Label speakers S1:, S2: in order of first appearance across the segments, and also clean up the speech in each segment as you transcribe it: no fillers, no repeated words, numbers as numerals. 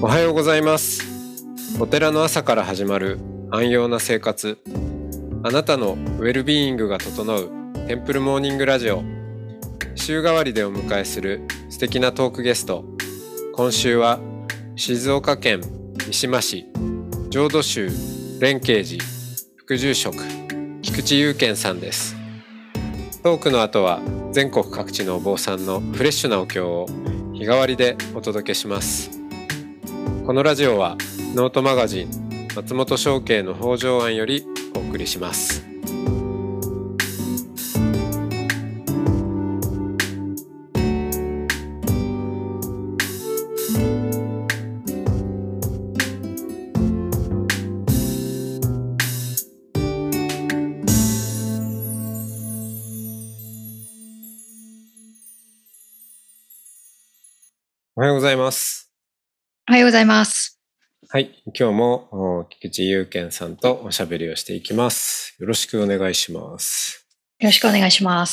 S1: おはようございます。お寺の朝から始まる安養な生活、あなたのウェルビーイングが整うテンプルモーニングラジオ。週替わりでお迎えする素敵なトークゲスト。今週は静岡県三島市浄土宗蓮恵寺副住職菊池雄健さんです。トークの後は全国各地のお坊さんのフレッシュなお経を日替わりでお届けします。このラジオはノートマガジン松本商家の北条庵よりお送りします。おはようございます。
S2: おはようございます。
S1: はい、今日も菊池雄健さんとおしゃべりをしていきます。よろしくお願いします。
S2: よろしくお願いします。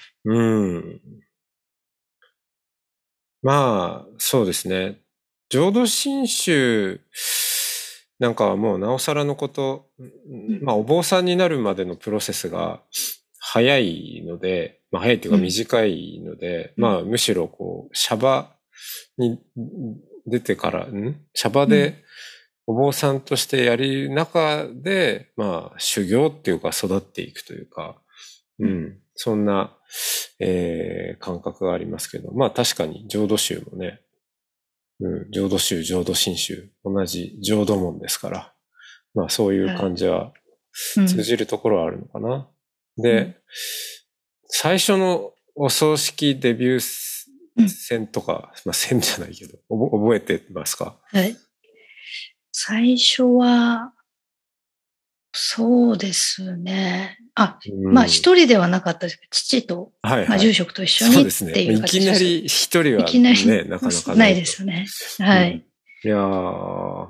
S1: まあそうですね。浄土真宗なんかはもうなおさらのこと、まあお坊さんになるまでのプロセスが早いので、まあ早いっていうか短いので、まあむしろこうシャバに出てから、シャバでお坊さんとしてやる中で、まあ修行っていうか育っていくというか、そんな、感覚がありますけど、まあ確かに浄土宗もね、浄土宗、浄土真宗、同じ浄土門ですから、まあそういう感じは通じるところはあるのかな。で、最初のお葬式デビュー戦とか、まあ戦じゃないけど、覚えてますか？
S2: はい。最初は、そうですね。まあ一人ではなかったですけど、父と、まあ住職と一緒にっていう形です。
S1: いきなり一人はね、なかなか
S2: ないですよね。はい。
S1: いやー、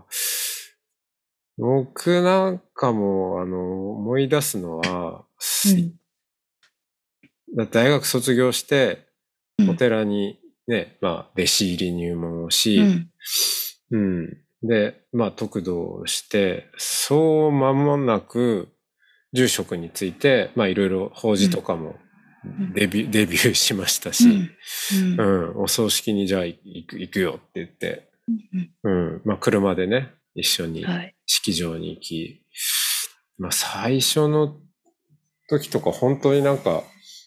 S1: 僕なんかも、思い出すのは、大学卒業して、お寺にね、まあ、弟子入り入門をし、で、まあ、得度をして、そう間もなく、住職について、まあ、いろいろ法事とかもデビューしましたし、お葬式にじゃあ行くよって言って、まあ、車でね、一緒に式場に行き、まあ、最初の時とか本当になんか、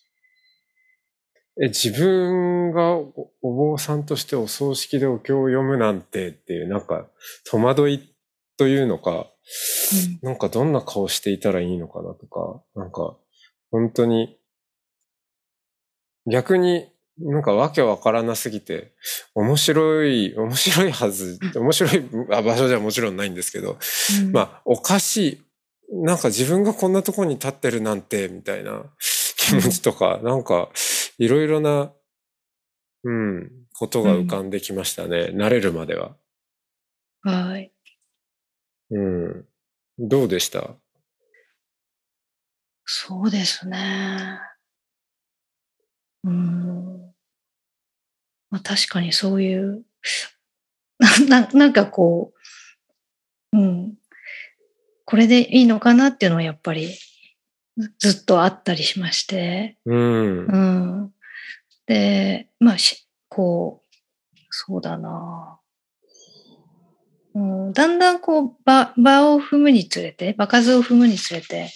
S1: 自分がお坊さんとしてお葬式でお経を読むなんてっていう、なんか戸惑いというのか、なんかどんな顔していたらいいのかなとか、なんか本当に逆になんかわけわからなすぎて、面白いはず、面白い場所じゃもちろんないんですけど、まあおかしい、なんか自分がこんなところに立ってるなんてみたいな気持ちとか、なんかいろいろなことが浮かんできましたね。慣れるまでは。
S2: はい。
S1: どうでした？
S2: そうですね。まあ、確かにそういう、なんかこう、これでいいのかなっていうのはやっぱりずっとあったりしまして。で、まあ、そうだな。だんだんこう、場を踏むにつれて、場数を踏むにつれて、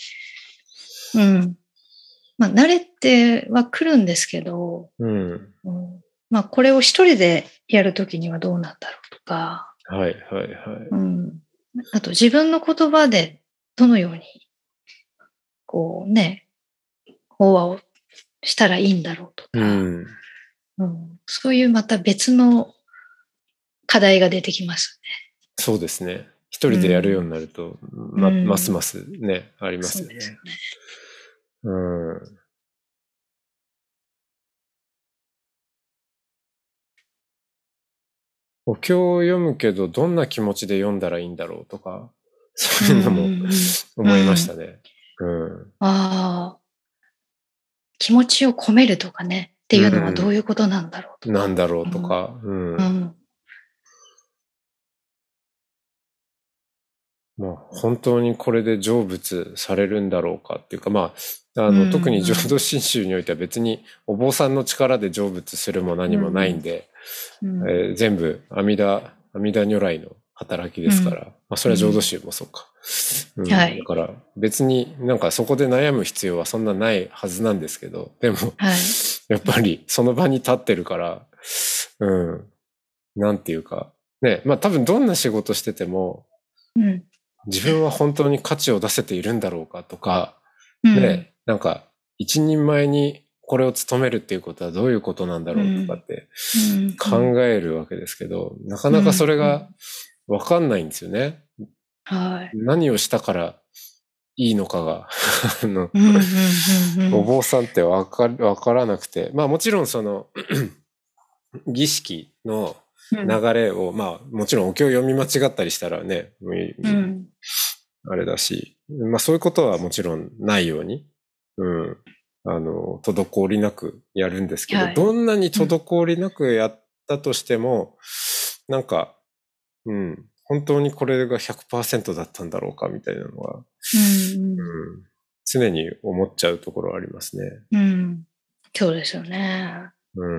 S2: まあ、慣れてはくるんですけど、まあ、これを一人でやるときにはどうなんだろうとか、あと自分の言葉でどのように、こうね、法話をしたらいいんだろうとか、そういうまた別の課題が出てきますね。
S1: そうですね。一人でやるようになると、ますますね、ありますよね。そうですね。お経を読むけど、どんな気持ちで読んだらいいんだろうとか、そういうのも思いましたね。
S2: 気持ちを込めるとかね、っていうのはどういうことなんだろうとか。
S1: なんだろうとか。 まあ、本当にこれで成仏されるんだろうかっていうか、まあ、特に浄土真宗においては別にお坊さんの力で成仏するも何もないんで、全部阿弥陀如来の働きですから、まあ、それは浄土宗もそうか。だから別になんかそこで悩む必要はそんなないはずなんですけど、でも、やっぱりその場に立ってるから、なんていうか、ね、まあ多分どんな仕事してても、自分は本当に価値を出せているんだろうかとか、ね、なんか一人前にこれを務めるっていうことはどういうことなんだろうとかって考えるわけですけど、なかなかそれがわかんないんですよね。何をしたからいいのかがお坊さんってわからなくて、まあもちろんその儀式の流れを、まあもちろんお経を読み間違ったりしたらね、あれだし、まあそういうことはもちろんないように、滞りなくやるんですけど、どんなに滞りなくやったとしても、なんか、本当にこれが 100% だったんだろうかみたいなのは、常に思っちゃうところはありますね。
S2: そうですよね。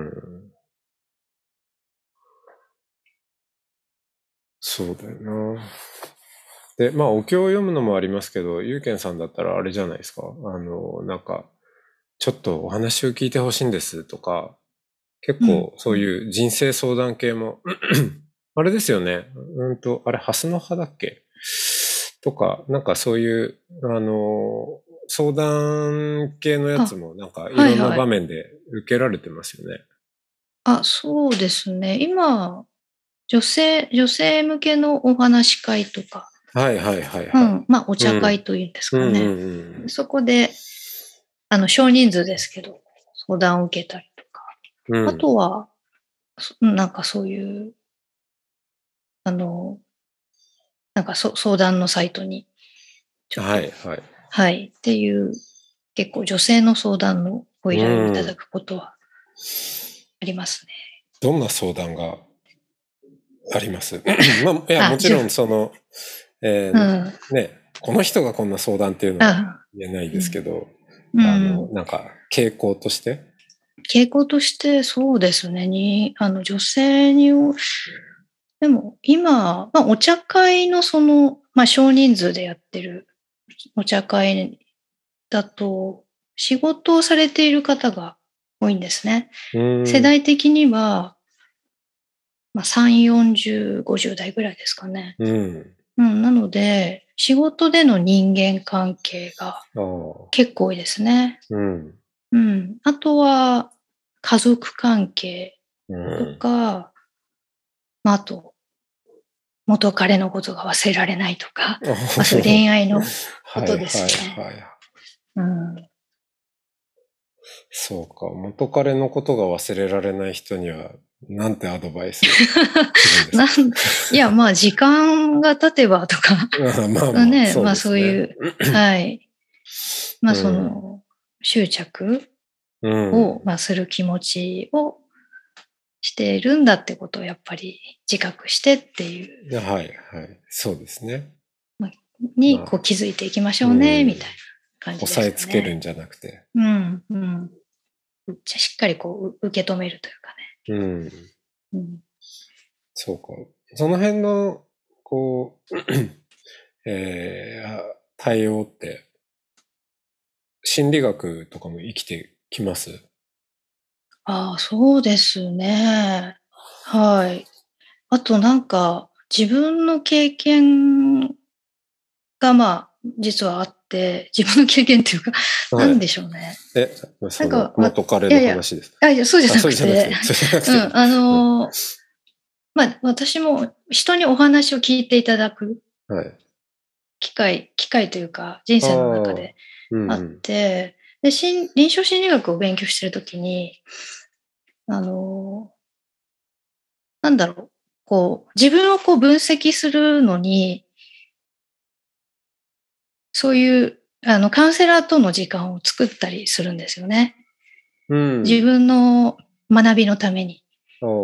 S1: そうだよな。で、まあ、お経を読むのもありますけど、ゆうけんさんだったらあれじゃないですか。なんか、ちょっとお話を聞いてほしいんですとか、結構そういう人生相談系も、あれですよね。あれ、ハスの葉だっけとか、なんかそういう、相談系のやつもなんかいろんな場面で受けられてますよね。
S2: そうですね。今、女性向けのお話し会とか。まあ、お茶会というんですかね。そこで、少人数ですけど、相談を受けたりとか。あとは、なんかそういう、なんか相談のサイトに、っていう、結構女性の相談のご依頼をいただくことはありますね。
S1: どんな相談がありますまあ、いや、もちろんその、ね、この人がこんな相談っていうのは言えないですけど、なんか傾向として
S2: そうですね。女性に、でも今、まあ、お茶会のまあ、少人数でやってるお茶会だと、仕事をされている方が多いんですね。世代的には、まあ、3、40、50代ぐらいですかね。なので、仕事での人間関係が結構多いですね。あとは、家族関係とか、まあ、あと、元彼のことが忘れられないとか、まあ、そういう恋愛のことですね。
S1: そうか。元彼のことが忘れられない人には、なんてアドバイス
S2: いや、まあ、時間が経てばとか。まあ、そういう、まあ、執着を、まあ、する気持ちをしているんだってことをやっぱり自覚してっていう。
S1: そうですね。
S2: に、気づいていきましょうね、みたいな感じですね。
S1: 押さえつけるんじゃなくて。
S2: しっかり受け止めるというかね。
S1: そうか。その辺の、対応って、心理学とかも生きてきます？
S2: そうですね。はい。あとなんか、自分の経験がまあ、実はあって、自分の経験っていうか、なんでしょうね。
S1: その元彼の話です。
S2: そうじゃなくて、まあ、私も人にお話を聞いていただく機会というか、人生の中であって、で、臨床心理学を勉強してるときに、なんだろう、自分を分析するのに、そういう、カウンセラーとの時間を作ったりするんですよね。自分の学びのために。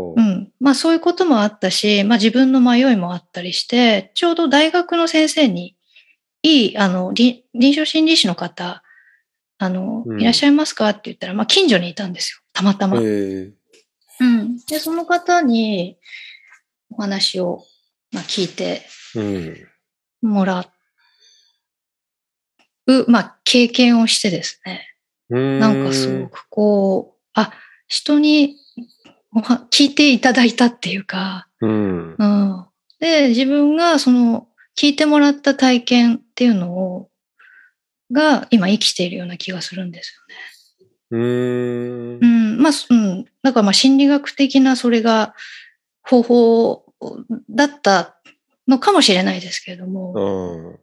S2: まあそういうこともあったし、まあ自分の迷いもあったりして、ちょうど大学の先生にいい、臨床心理士の方、いらっしゃいますかって言ったら、まあ、近所にいたんですよ。たまたま。で、その方にお話を、まあ、聞いてもらう、まあ、経験をしてですね。なんかすごくこう、人に聞いていただいたっていうか、で、自分がその聞いてもらった体験っていうのが今生きているような気がするんですよね。まあ、だからまあ心理学的なそれが方法だったのかもしれないですけれども。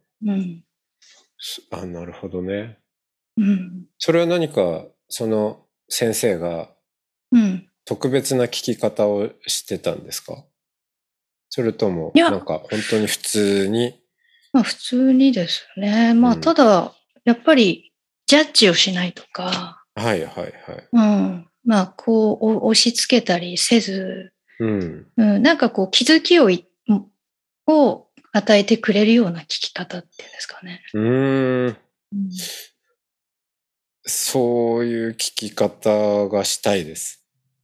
S1: なるほどね。それは何か、その先生が特別な聞き方をしてたんですか？それとも、なんか本当に普通に？
S2: まあ普通にですね。まあただ、やっぱりジャッジをしないとか。
S1: はいはいはい。
S2: まあこう押し付けたりせず、なんかこう気づきを与えてくれるような聞き方っていうんですかね。
S1: そういう聞き方がしたいです。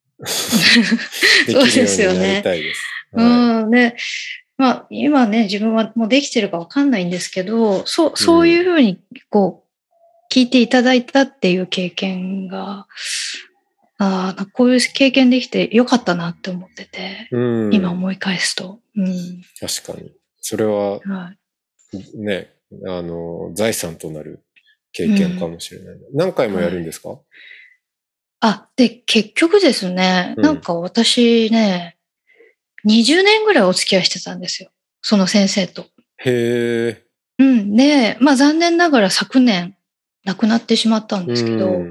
S2: そうですよね。
S1: なりたいです。
S2: ね。まあ、今ね、自分はもうできてるかわかんないんですけど、そういうふうに、こう、聞いていただいたっていう経験が、こういう経験できてよかったなって思ってて、今思い返すと。
S1: 確かに。それは、ね、財産となる経験かもしれない。何回もやるんですか？
S2: で、結局ですね、なんか私ね、20年ぐらいお付き合いしてたんですよ。その先生と。
S1: へ
S2: え。で、まあ残念ながら昨年亡くなってしまったんですけど、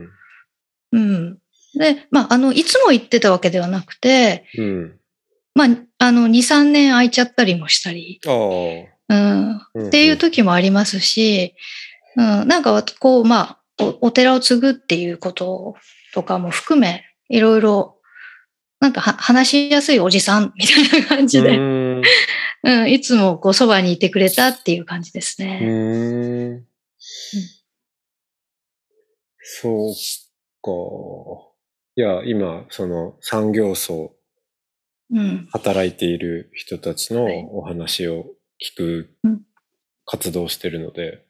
S2: で、まあいつも行ってたわけではなくて、まあ2、3年空いちゃったりもしたり、っていう時もありますし、なんかこう、まあ、お寺を継ぐっていうこととかも含め、いろいろなんか話しやすいおじさんみたいな感じで、いつもこうそばにいてくれたっていう感じですね。
S1: そうか。いや、今、その産業層、働いている人たちのお話を聞く活動をしてるので、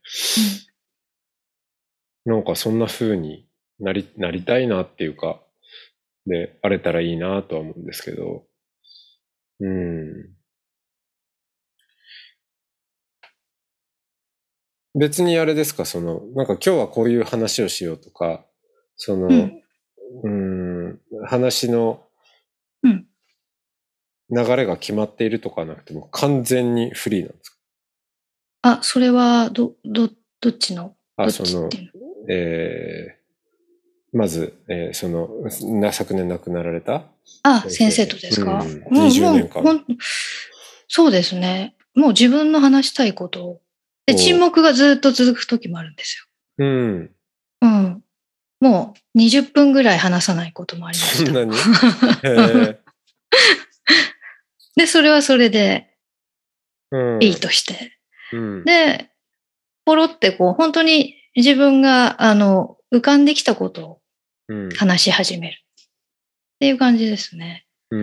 S1: なんかそんな風になりたいなっていうか、で、あれたらいいなとは思うんですけど、別にあれですか、なんか今日はこういう話をしようとか、話の流れが決まっているとかなくても完全にフリーなんですか？
S2: それはどっちの？
S1: まず、昨年亡くなられた
S2: 先生とですか
S1: ？20年間。
S2: そうですね。もう自分の話したいことを。で、沈黙がずっと続く時もあるんですよ。もう20分ぐらい話さないこともありました。そんなに？で、それはそれでいいとして。で、ポロってこう、本当に自分が、浮かんできたことを話し始める。っていう感じですね。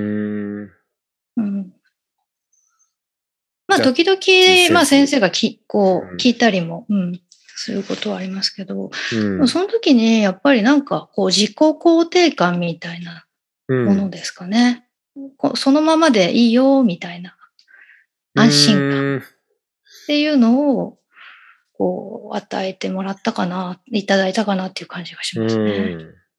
S2: まあ、時々、まあ、先生がこう、聞いたりも、することはありますけど、その時に、やっぱりなんか、こう、自己肯定感みたいなものですかね。そのままでいいよ、みたいな、安心感っていうのを、こう、与えてもらったかな、いただいたかなっていう感じがしますね。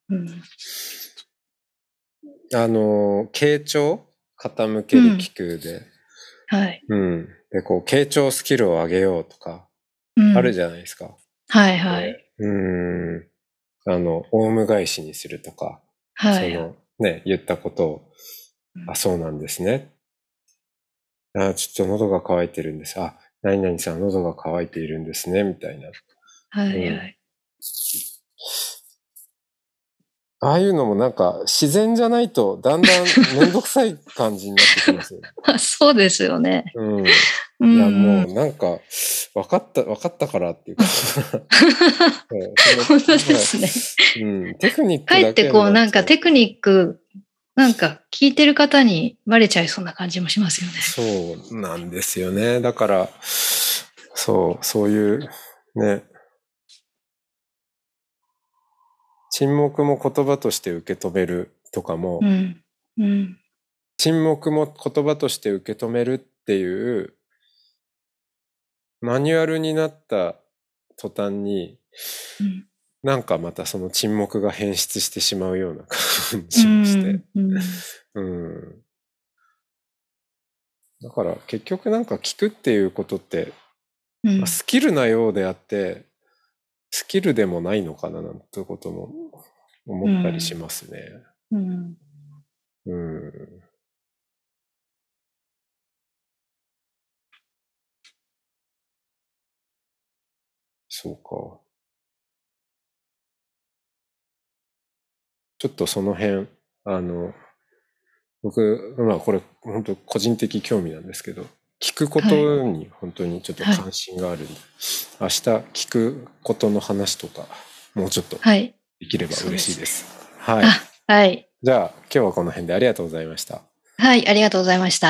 S1: 傾聴？傾ける聞くで。で、こう、傾聴スキルを上げようとか、あるじゃないですか。オウム返しにするとか、言ったことを、そうなんですね。ちょっと喉が渇いてるんです。何々さん喉が渇いているんですね、みたいな。ああいうのもなんか自然じゃないとだんだんめんどくさい感じになってきますよね。
S2: そうですよね。 うん
S1: いや、も
S2: う。
S1: うんなんか、分かったからっていうか
S2: 本当ですね。
S1: テクニッ
S2: か
S1: クだけに
S2: えってこう、なん
S1: なっちゃう。
S2: かテクニック、なんか聞いてる方にバレちゃいそうな感じもしますよね。
S1: そうなんですよね。だから、そういうね、沈黙も言葉として受け止めるとかも、
S2: うん。うん。
S1: 沈黙も言葉として受け止めるっていうマニュアルになった途端に、
S2: うん。
S1: なんかまたその沈黙が変質してしまうような感
S2: う
S1: じもして。
S2: ん。うん。
S1: うん。だから結局なんか聞くっていうことって、
S2: うん。
S1: スキルなようであって、スキルでもないのかななんてことも思ったりしますね。
S2: うん。
S1: うん。そうか。ちょっとその辺、僕、まあこれ本当個人的興味なんですけど、聞くこ
S2: はい。
S1: とに本当にちょっと
S2: はい。
S1: 関心があるんで、明日聞くことの話とか、もうちょっと
S2: はい。
S1: できれば
S2: そうですね。
S1: 嬉しいです。はい。
S2: あ、はい。
S1: じゃあ今日はこの辺でありがとうございました。
S2: はい。ありがとうございました。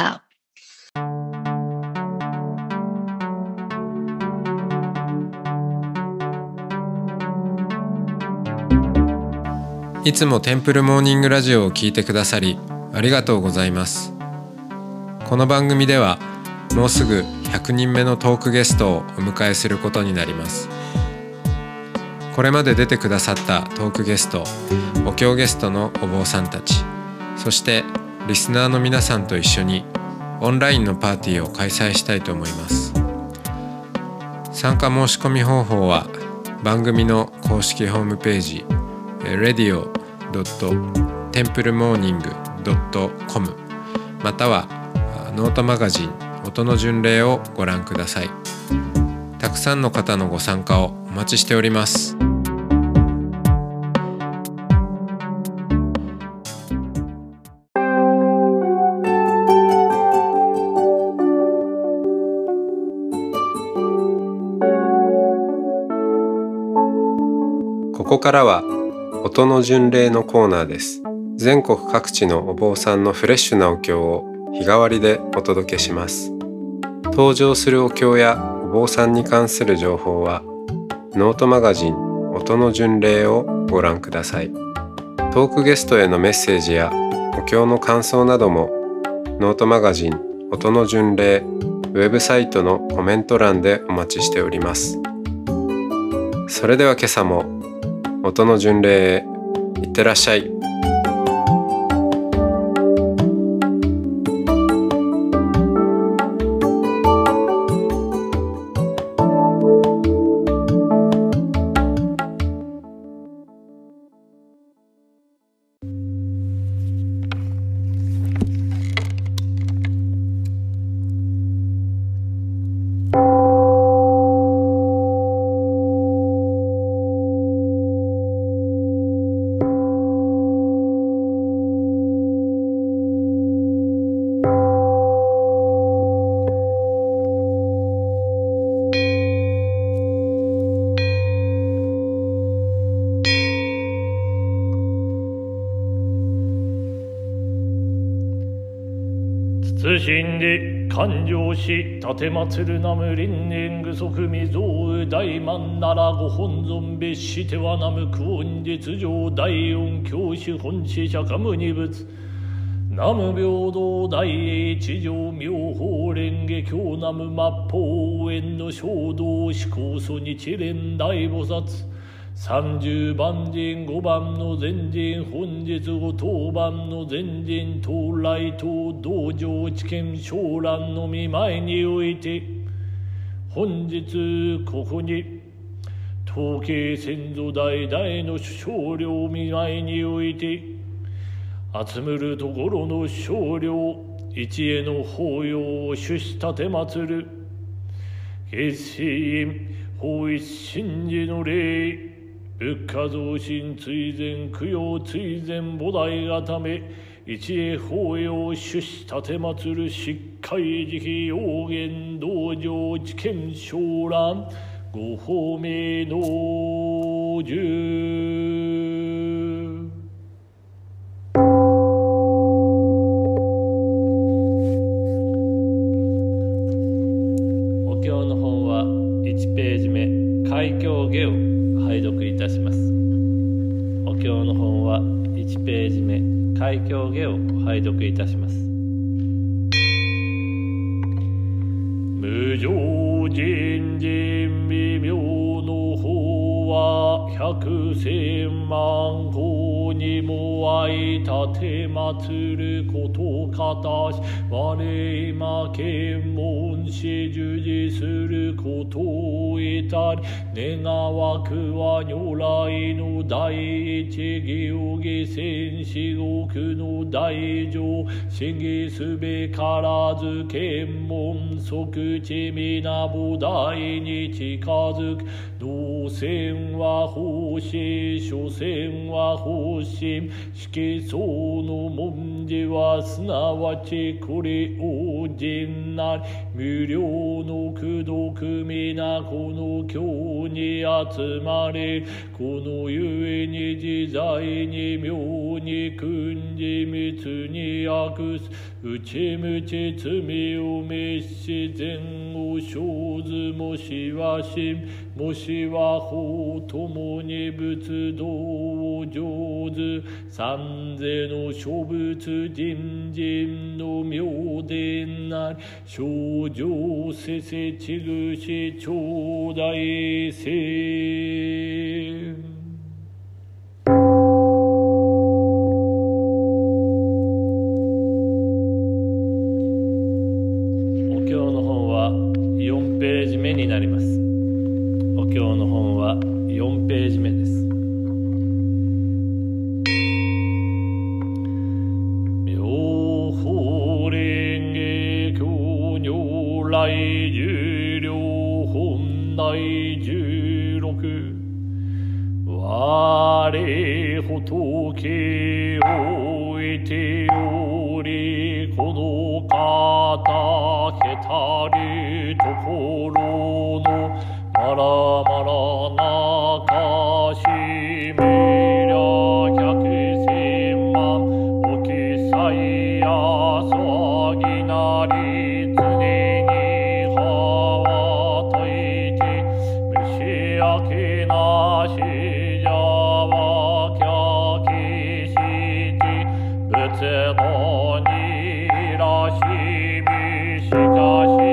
S1: いつもテンプルモーニングラジオを聞いてくださりありがとうございます。この番組ではもうすぐ100人目のトークゲストをお迎えすることになります。これまで出てくださったトークゲスト、お経ゲストのお坊さんたち、そしてリスナーの皆さんと一緒にオンラインのパーティーを開催したいと思います。参加申し込み方法は番組の公式ホームページ radio.templemorning.com またはノートマガジン音の巡礼をご覧ください。たくさんの方のご参加をお待ちしております。ここからは音の巡礼のコーナーです。全国各地のお坊さんのフレッシュなお経を日替わりでお届けします。登場するお経やお坊さんに関する情報はノートマガジン音の巡礼をご覧ください。トークゲストへのメッセージやお経の感想などもノートマガジン音の巡礼ウェブサイトのコメント欄でお待ちしております。それでは今朝も音の巡礼へいってらっしゃい。
S3: 謹んで勘定し立てまつるなむ輪廻具足未曾有大満ならご本尊別してはなむ久遠実上大音教師本師釈迦無二仏南無平等大英地上妙法蓮華経南無末法応援の衝動思考祖日蓮大菩薩30番人5番の前人本日ご当番の前人到来等道場知見昇蘭の見舞いにおいて本日ここに統計先祖代々の少量見舞いにおいて集むるところの少量一への法要を主し立てまつる決心院法一神事の礼仏家増進追善供養追善菩提がため一会法要主子立てまつる執会慈悲要言道場知見昇覧ご法名の十。お経の本は1ページ目開経下を拝読いたします。お経の本は1ページ目開経下を拝読いたします。無常人人微妙の法は百千万法にも愛立てまつることかたし我今検問し従事することをいたり願わくは如来の第一義義千四国の大乗真偽すべからず検問即地皆菩提に近づく道線は法師所詮は法心色相の文字はすなわちこれ王人なり無料の功徳皆この経に集まれこのゆえに自在に妙に訓示密に悪す内無知罪を滅し善を生ずもしは心もしは法ともに仏道を上手三世の諸仏人人の妙伝なり正常せせちぐし頂戴せ4ページ目になります。お経の本は4ページ目です。妙法蓮華経如来十両本第16我仏をいておりこの方けたりところのまらまらなかしめりゃ百千万おきさいや騒ぎなり常にはわたいてむしあけなしじゃわきゃきして仏のにらしみしかし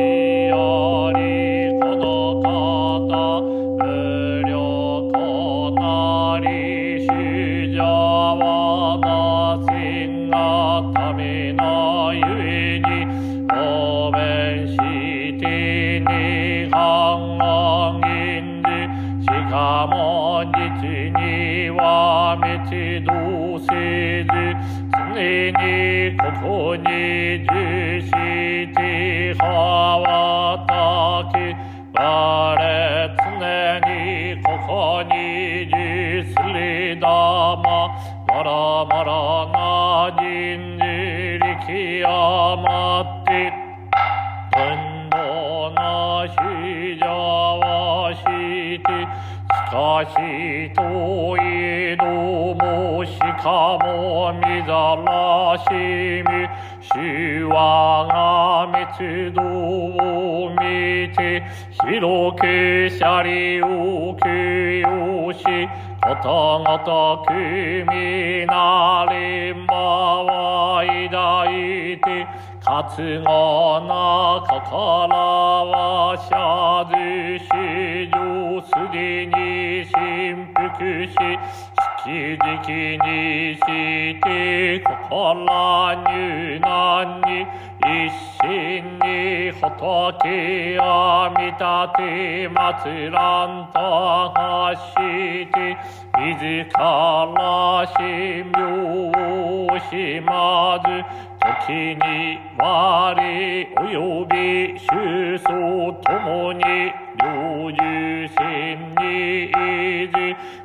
S3: どうせず常にここに重してはわたき我常にここに重すりだままらまらな人事力やまって運動なしじゃわしてしかしといえどもしかもみざらしみ主はが密度を見て広くシりを供養し方々組なれんばは抱いて活がなかからはしゃずし上すでに振幅し式時にして心入難に一心に仏は見立て祭らんたがして自ら神妙をしまず時に我及び宗祖ともに領受心にいず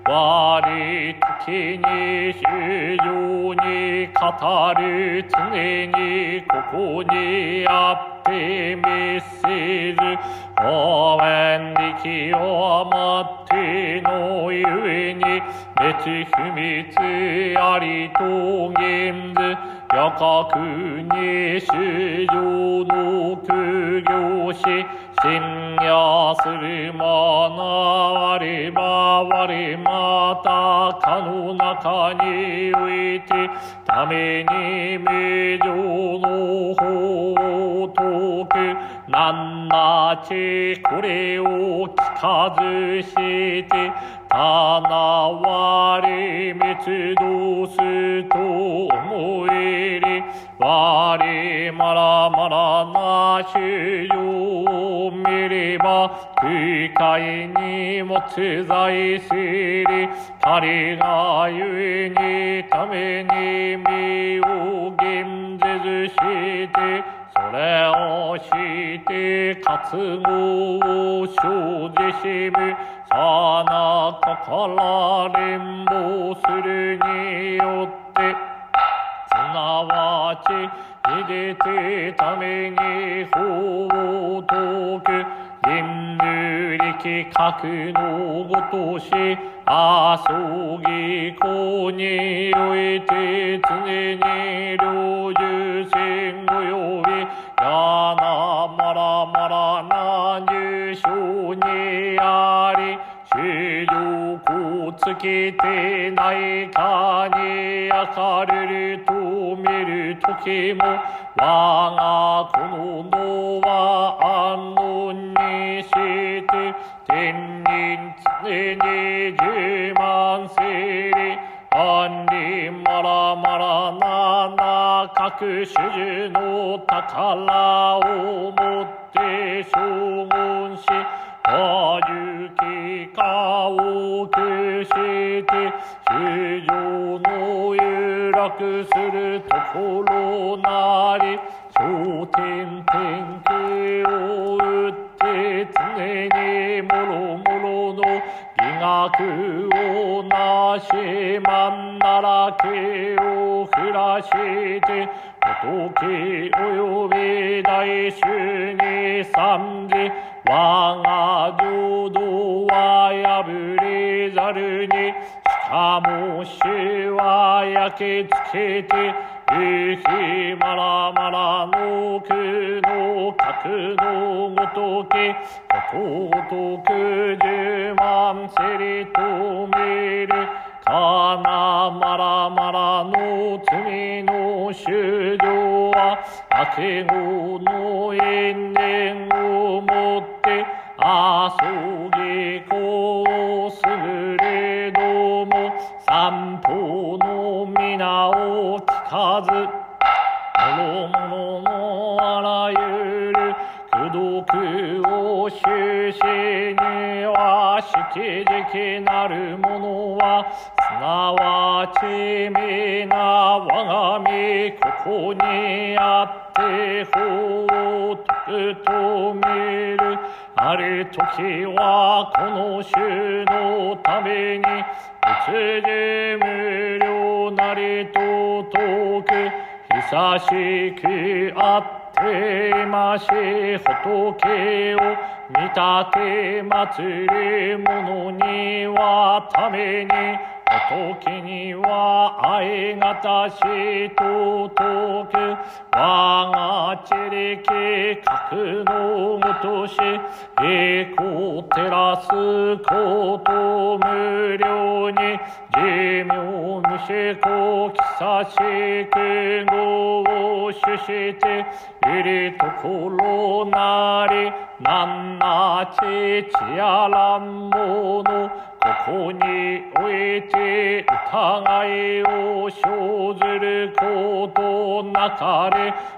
S3: 我時に衆生に語る常にここにあって滅せず応援力をもってのゆえに別不滅ありと現ず予告に衆生の苦行し信用する者あれば我またかの中においてために名状の法を説くなんなちこれを聞かずしてたなわれ滅動すと思えり我まらまらな衆生を見れば空海にもつ在すり彼がゆえにために身を現実してそれをして活語を生じしむさなかから連望するによってすなわちいでてために法を説く人類力格のごとしあそぎこにおいて常に領受戦およびやなまらまらな入賞にあり衆生こつけてないかに明るると見るときも我がこののは安穏にして天人常に十万世里安里まらまらなな各種樹の宝をもって将軍しあゆきかをくして衆生の有楽するところなり頂点天気を打って常にもろもろの美学をなしまんならけを降らして仏および大衆に参じ我が浄土は破れざるにしかも主は焼けつけてゆきまらまらの苦の格のごときことく十万世里と見るかなまらまらの罪の衆生は悪語の因縁をもってあそぎこをすぐれども三方の皆を聞かずもろもろのあらゆる功徳を修しにはしきじきなるものはすなわち皆我が身ここにあって法を説くと見るある時はこの衆のために仏事無料なりと説く久しくあっていまし仏を見立て祭る者にはために仏には愛がたしと説く我が地力格のごとし栄光照らすこと無料に寿命無視こ久しく語を主しているところなりなんなちちやらんものここにおいて疑いを生ずることなかれ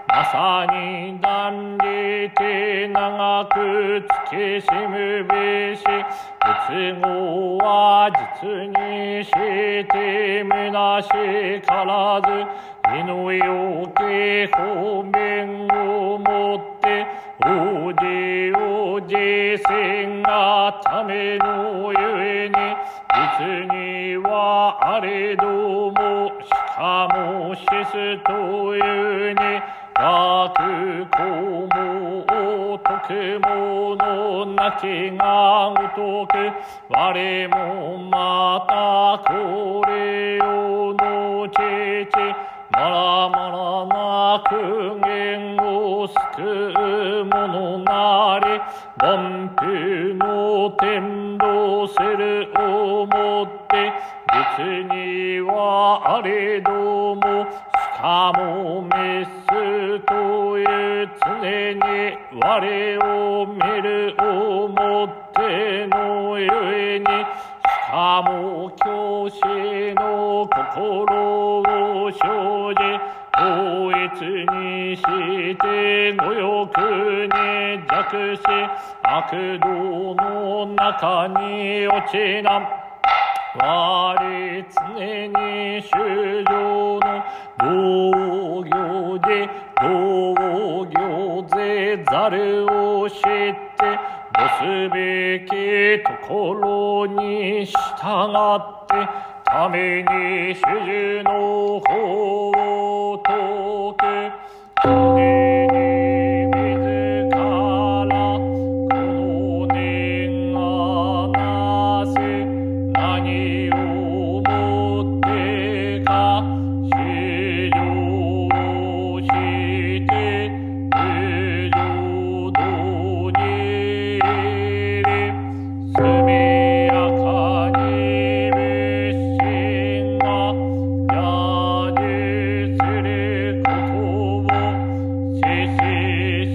S3: 朝に断じて長く突きしむべし、仏語は実にして虚しからず、身のよけ方面をもっておじおじせんがためのゆえに、実にはあれどもしかもしすというに、学校も解くものなきがごとく、我もまたこれよのちち、まらまらな苦言を救うものなり、凡夫の天道するをもって、実にはあれどもしかも滅すという常に我を見るをもってのゆえに、しかも教師の心を生じ、統一にしてご欲に弱し、悪道の中に落ちな我常に衆生の道行で道行ぜざるを知って、どすべきところに従ってために主従の法を説く。常に自らこの念がなせ、何をもってか至上して無浄土に入れ、速やかに仏心が成就することをししし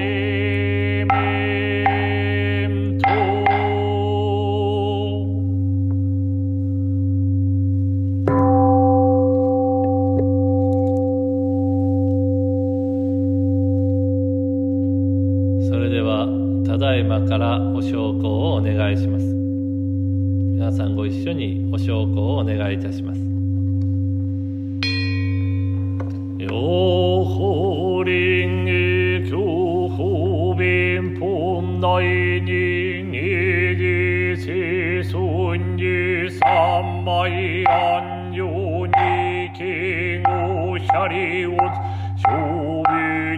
S3: めんと。それではただいまからお焼香をお願いします。皆さんご一緒にお焼香をお願いいたします。よ法輪華経法弁本内に二次世尊に三昧安常に敬語シャリオツ小仏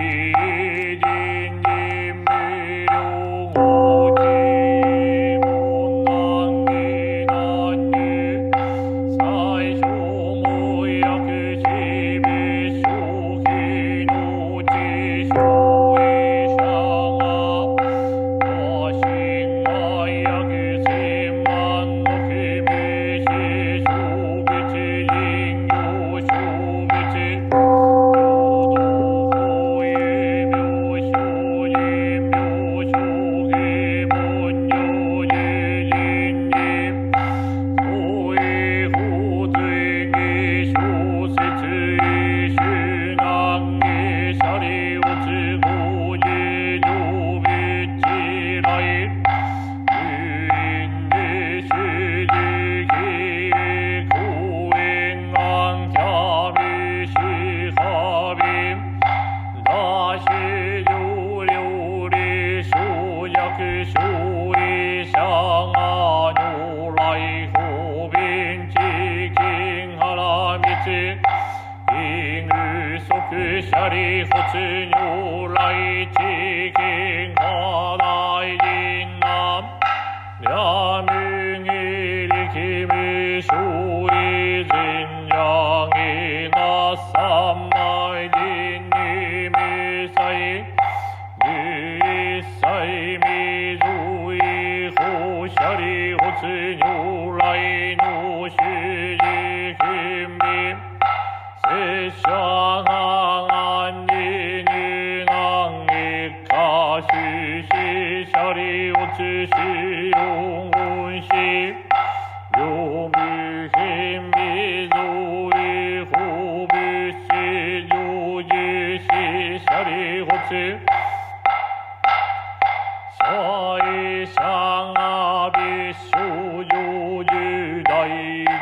S3: 人に無料語地門難儀難入最初も薬師別所非の知所医者が多心愛薬千万の秘めし小別人形小別浄土法有名所人名所下門如如人人法営法随儀小説医修難儀シャリオツ法事上別地来有因で主事非公園安キャビシハビ大師上料理小薬小医者が如来法弁知金原密イグソクシャリホツ如来知金原人南やむぎりきみしょいぜんやぎな三昧人にみさい十一歳みずいほしゃりほつ如来の主事品美拙者が安に入難一家主子シャリオツし四本し両部品美蔵医法物資上受し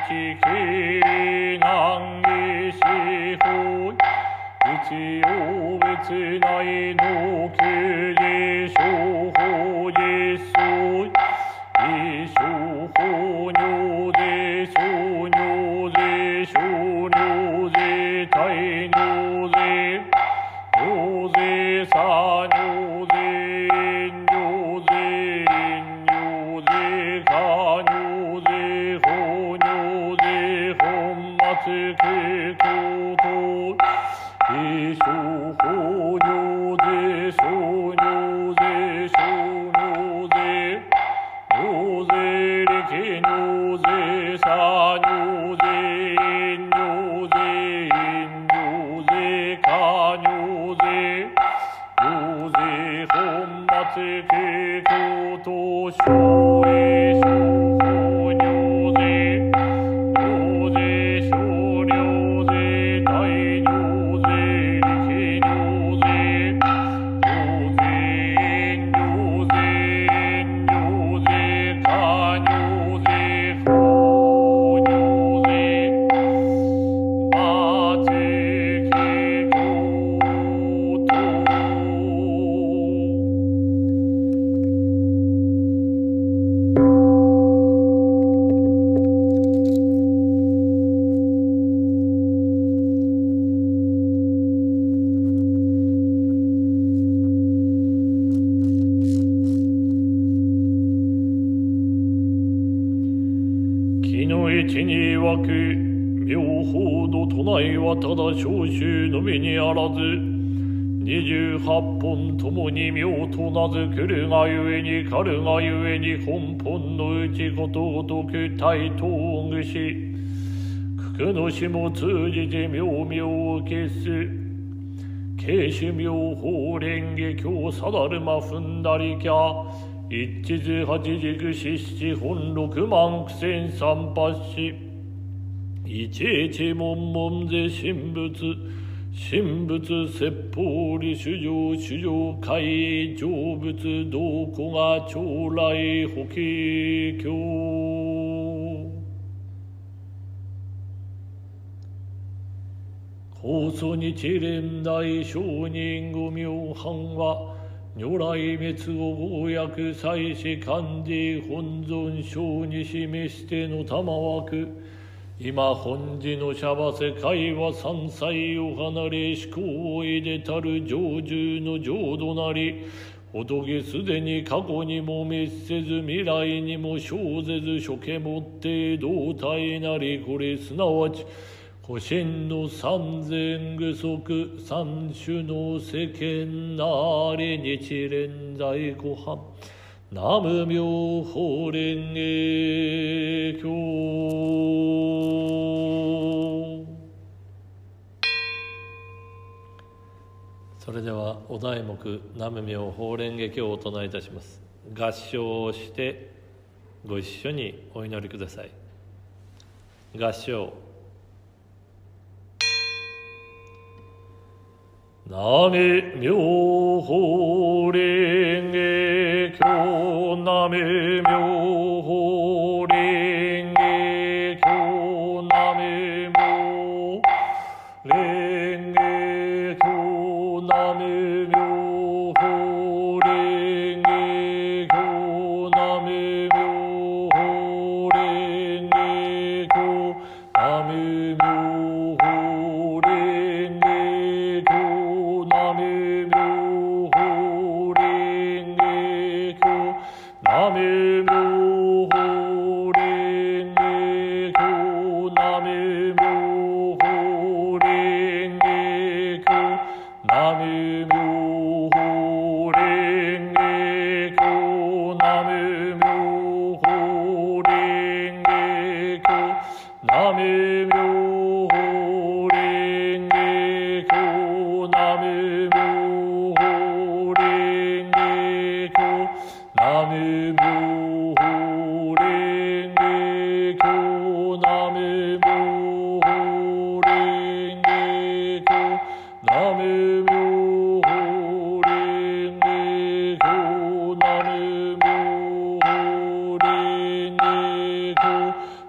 S3: き難儀しほい一応別内の九時処方実相一処方尿税小尿税小尿税大尿税尿税差尿税尿税尿税下尿税法尿税本末傾向等一処方尿税小尿税小尿税尿税力尿税差尿税尿税尿税下尿税尿税本末傾向等小医小法尿税尿税小尿税大尿税力尿税尿税尿税尿税下尿税法尿税末傾向等木の一に曰く妙法の唱えはただ召集のみにあらず28本ともに妙と名付くるがゆえに狩るがゆえに本本のうちことごとく対等具し九の死も通じて妙妙を消す慶主妙法蓮華経さだるま踏んだりきゃ一地図八軸四七本六万九千三八四一一門門是神仏神仏説法理主上主上界成仏道古が将来法華経高祖日蓮大聖人御名藩は如来滅を公約祭祀漢字本尊称に示しての玉枠今本寺の娑婆世界は三歳を離れ思考をいでたる成就の浄土なり仏すでに過去にも滅せず未来にも生ぜず諸家もって同体なりこれすなわち古神の三千具足三種の世間なり日蓮在古藩南無妙法蓮華経それではお題目南無妙法蓮華経をお唱えいたします。合唱をしてご一緒にお祈りください。合唱。南無妙法蓮華経南無妙法蓮華経南無妙蓮華経南無妙法蓮華経南無妙法蓮華経南無妙法蓮華経南無妙法蓮華経南無妙法蓮華経南無妙法蓮華経南無妙法蓮華経南無妙法蓮華経南無妙法蓮華経南無妙法蓮華経南無妙法蓮華経南無妙法蓮華経南無妙法蓮華経南無妙法蓮華経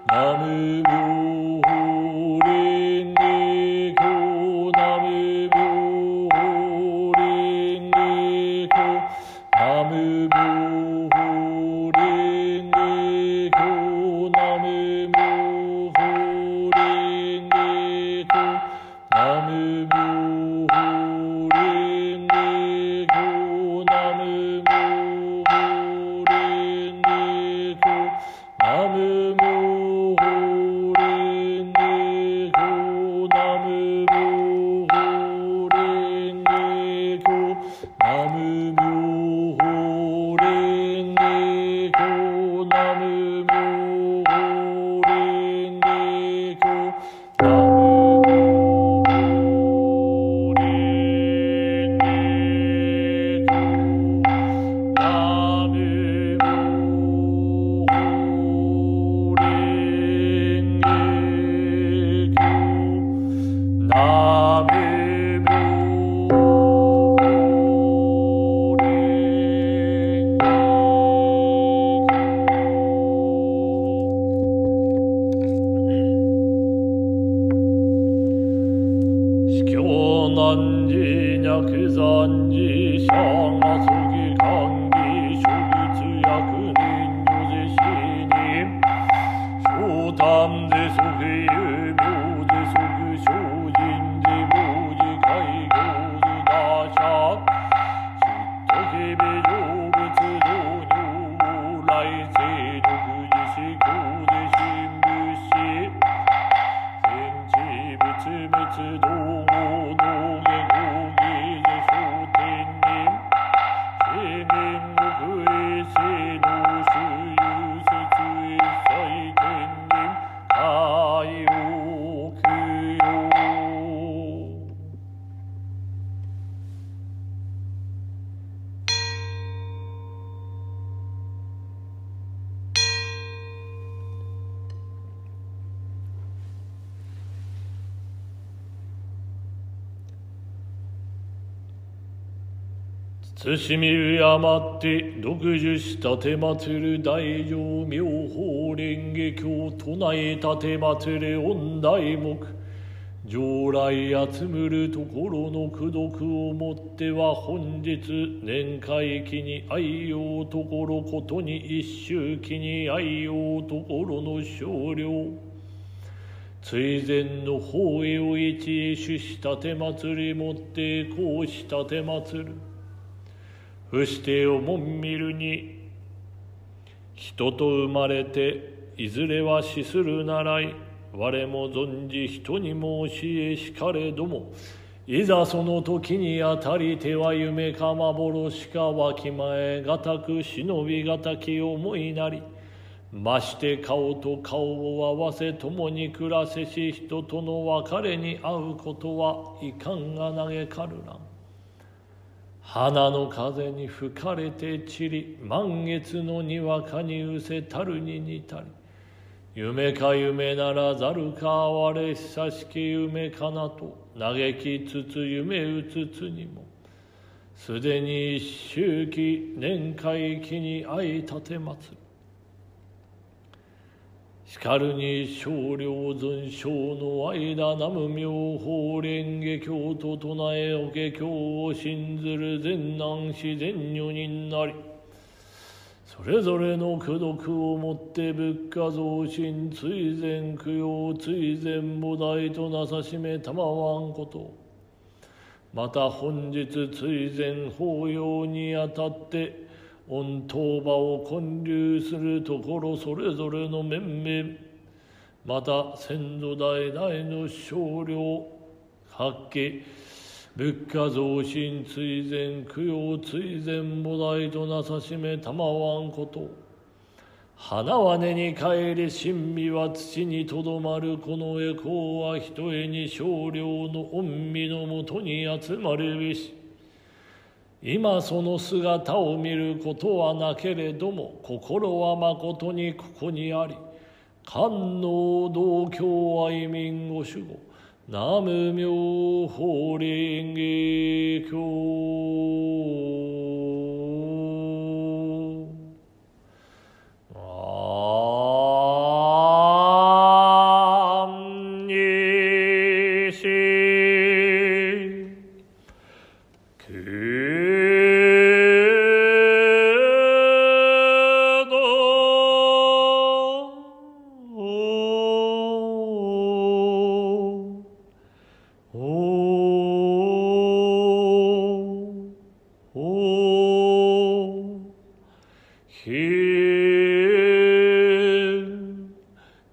S3: ナム妙法蓮華経、ナム妙法蓮華経、ナム妙法蓮華経、ナム妙法蓮華経、ナム妙法蓮華経、ナム妙法蓮華経、ナム妙法蓮華経、ナム妙法蓮華経、ナム妙法蓮華経、ナム妙法蓮華経、ナム慎み敬って独樹したてまつる大乗妙法蓮華経唱えたてまつれ御大目将来集むるところの功徳をもっては本日年会期に愛用ところことに一周期に愛用ところの少量追善の法へを一へ主したてまつりもってこうしたてまつる不してをもん見るに人と生まれていずれは死するならい我も存じ人に申しえしかれどもいざその時にあたりては夢か幻かわきまえがたく忍びがたき思いなりまして顔と顔を合わせ共に暮らせし人との別れに会うことはいかんが嘆かるらん花の風に吹かれて散り満月のにわかにうせたるに似たり夢か夢ならざるか我久しき夢かなと嘆きつつ夢うつつにもすでに一周期年会期に相立てまつるしかるに少量尊称の間南無妙法蓮華経と唱えおけ経を信ずる善男子善女人なりそれぞれの功徳をもって仏家増進追善供養追善菩提となさしめたまわんことまた本日追善法要にあたって御当場を建立するところそれぞれの面々また先祖代々の少量発揮仏家増進追善供養追善菩提となさしめたまわんこと花は根に帰り親身は土にとどまるこの栄光はひとえに少量の御身のもとに集まるべし今その姿を見ることはなけれども心はまことにここにあり観能道教愛民ご守護南無妙法蓮華経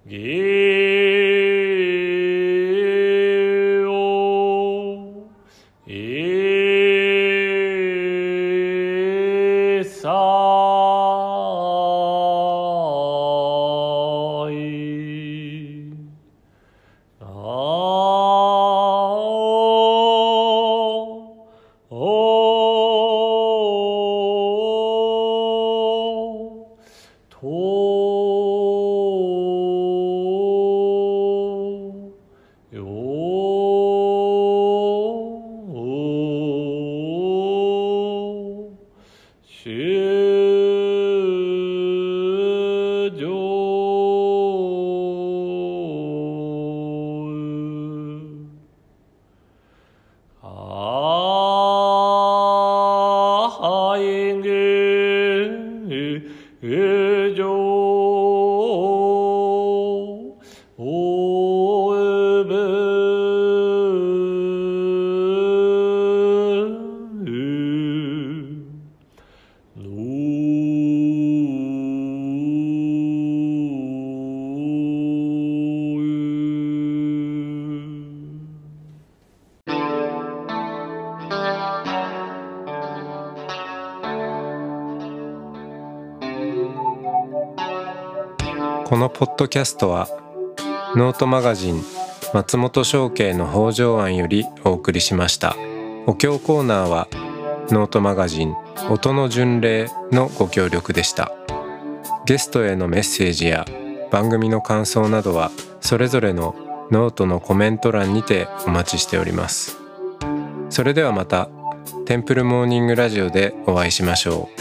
S1: このポッドキャストはノートマガジン松本商家の北条庵よりお送りしました。お経コーナーはノートマガジン音の巡礼のご協力でした。ゲストへのメッセージや番組の感想などはそれぞれのノートのコメント欄にてお待ちしております。それではまたテンプルモーニングラジオでお会いしましょう。